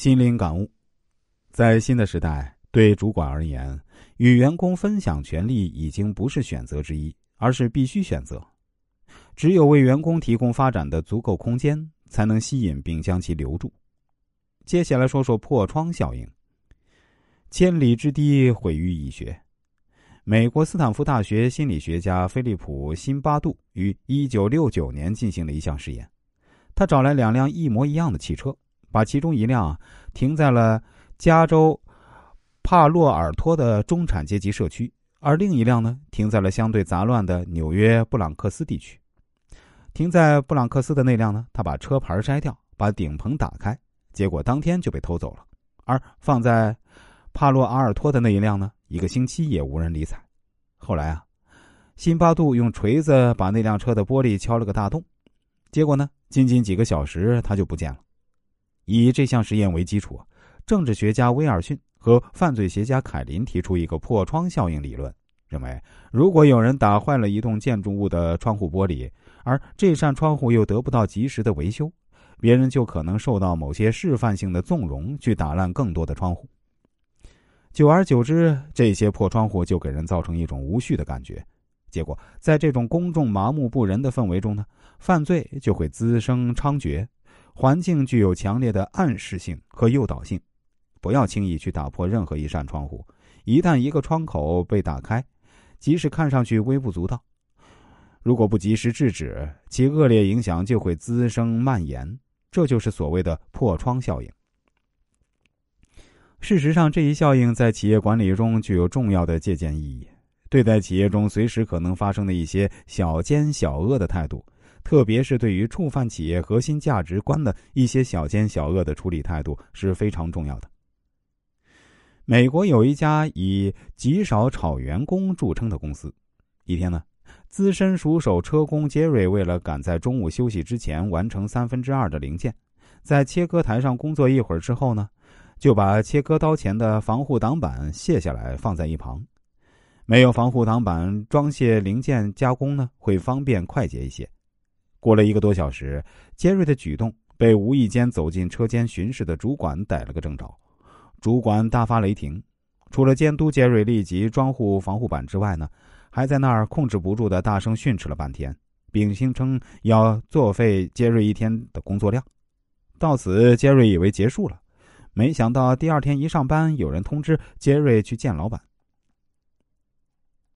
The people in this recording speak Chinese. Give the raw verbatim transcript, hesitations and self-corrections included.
心灵感悟，在新的时代，对主管而言，与员工分享权利已经不是选择之一，而是必须选择。只有为员工提供发展的足够空间，才能吸引并将其留住。接下来说说破窗效应。千里之堤毁于蚁穴。美国斯坦福大学心理学家菲利普·辛巴杜于一九六九年进行了一项实验。他找来两辆一模一样的汽车，把其中一辆停在了加州帕洛尔托的中产阶级社区，而另一辆呢，停在了相对杂乱的纽约布朗克斯地区。停在布朗克斯的那辆呢，他把车牌摘掉，把顶棚打开，结果当天就被偷走了。而放在帕洛阿尔托的那一辆呢，一个星期也无人理睬。后来啊，辛巴杜用锤子把那辆车的玻璃敲了个大洞，结果呢，仅仅几个小时他就不见了。以这项实验为基础，政治学家威尔逊和犯罪学家凯林提出一个破窗效应理论，认为如果有人打坏了一栋建筑物的窗户玻璃，而这扇窗户又得不到及时的维修，别人就可能受到某些示范性的纵容，去打烂更多的窗户。久而久之，这些破窗户就给人造成一种无序的感觉，结果在这种公众麻木不仁的氛围中呢，犯罪就会滋生猖獗。环境具有强烈的暗示性和诱导性，不要轻易去打破任何一扇窗户。一旦一个窗口被打开，即使看上去微不足道，如果不及时制止，其恶劣影响就会滋生蔓延，这就是所谓的破窗效应。事实上，这一效应在企业管理中具有重要的借鉴意义。对待企业中随时可能发生的一些小奸小恶的态度，特别是对于触犯企业核心价值观的一些小奸小恶的处理态度是非常重要的。美国有一家以极少炒员工著称的公司。一天呢，资深熟手车工杰瑞为了赶在中午休息之前完成三分之二的零件，在切割台上工作一会儿之后呢，就把切割刀前的防护挡板卸下来放在一旁。没有防护挡板，装卸零件加工呢会方便快捷一些。过了一个多小时，杰瑞的举动被无意间走进车间巡视的主管逮了个正着。主管大发雷霆，除了监督杰瑞立即装护防护板之外呢，还在那儿控制不住的大声训斥了半天，并声称要作废杰瑞一天的工作量。到此，杰瑞以为结束了，没想到第二天一上班，有人通知杰瑞去见老板。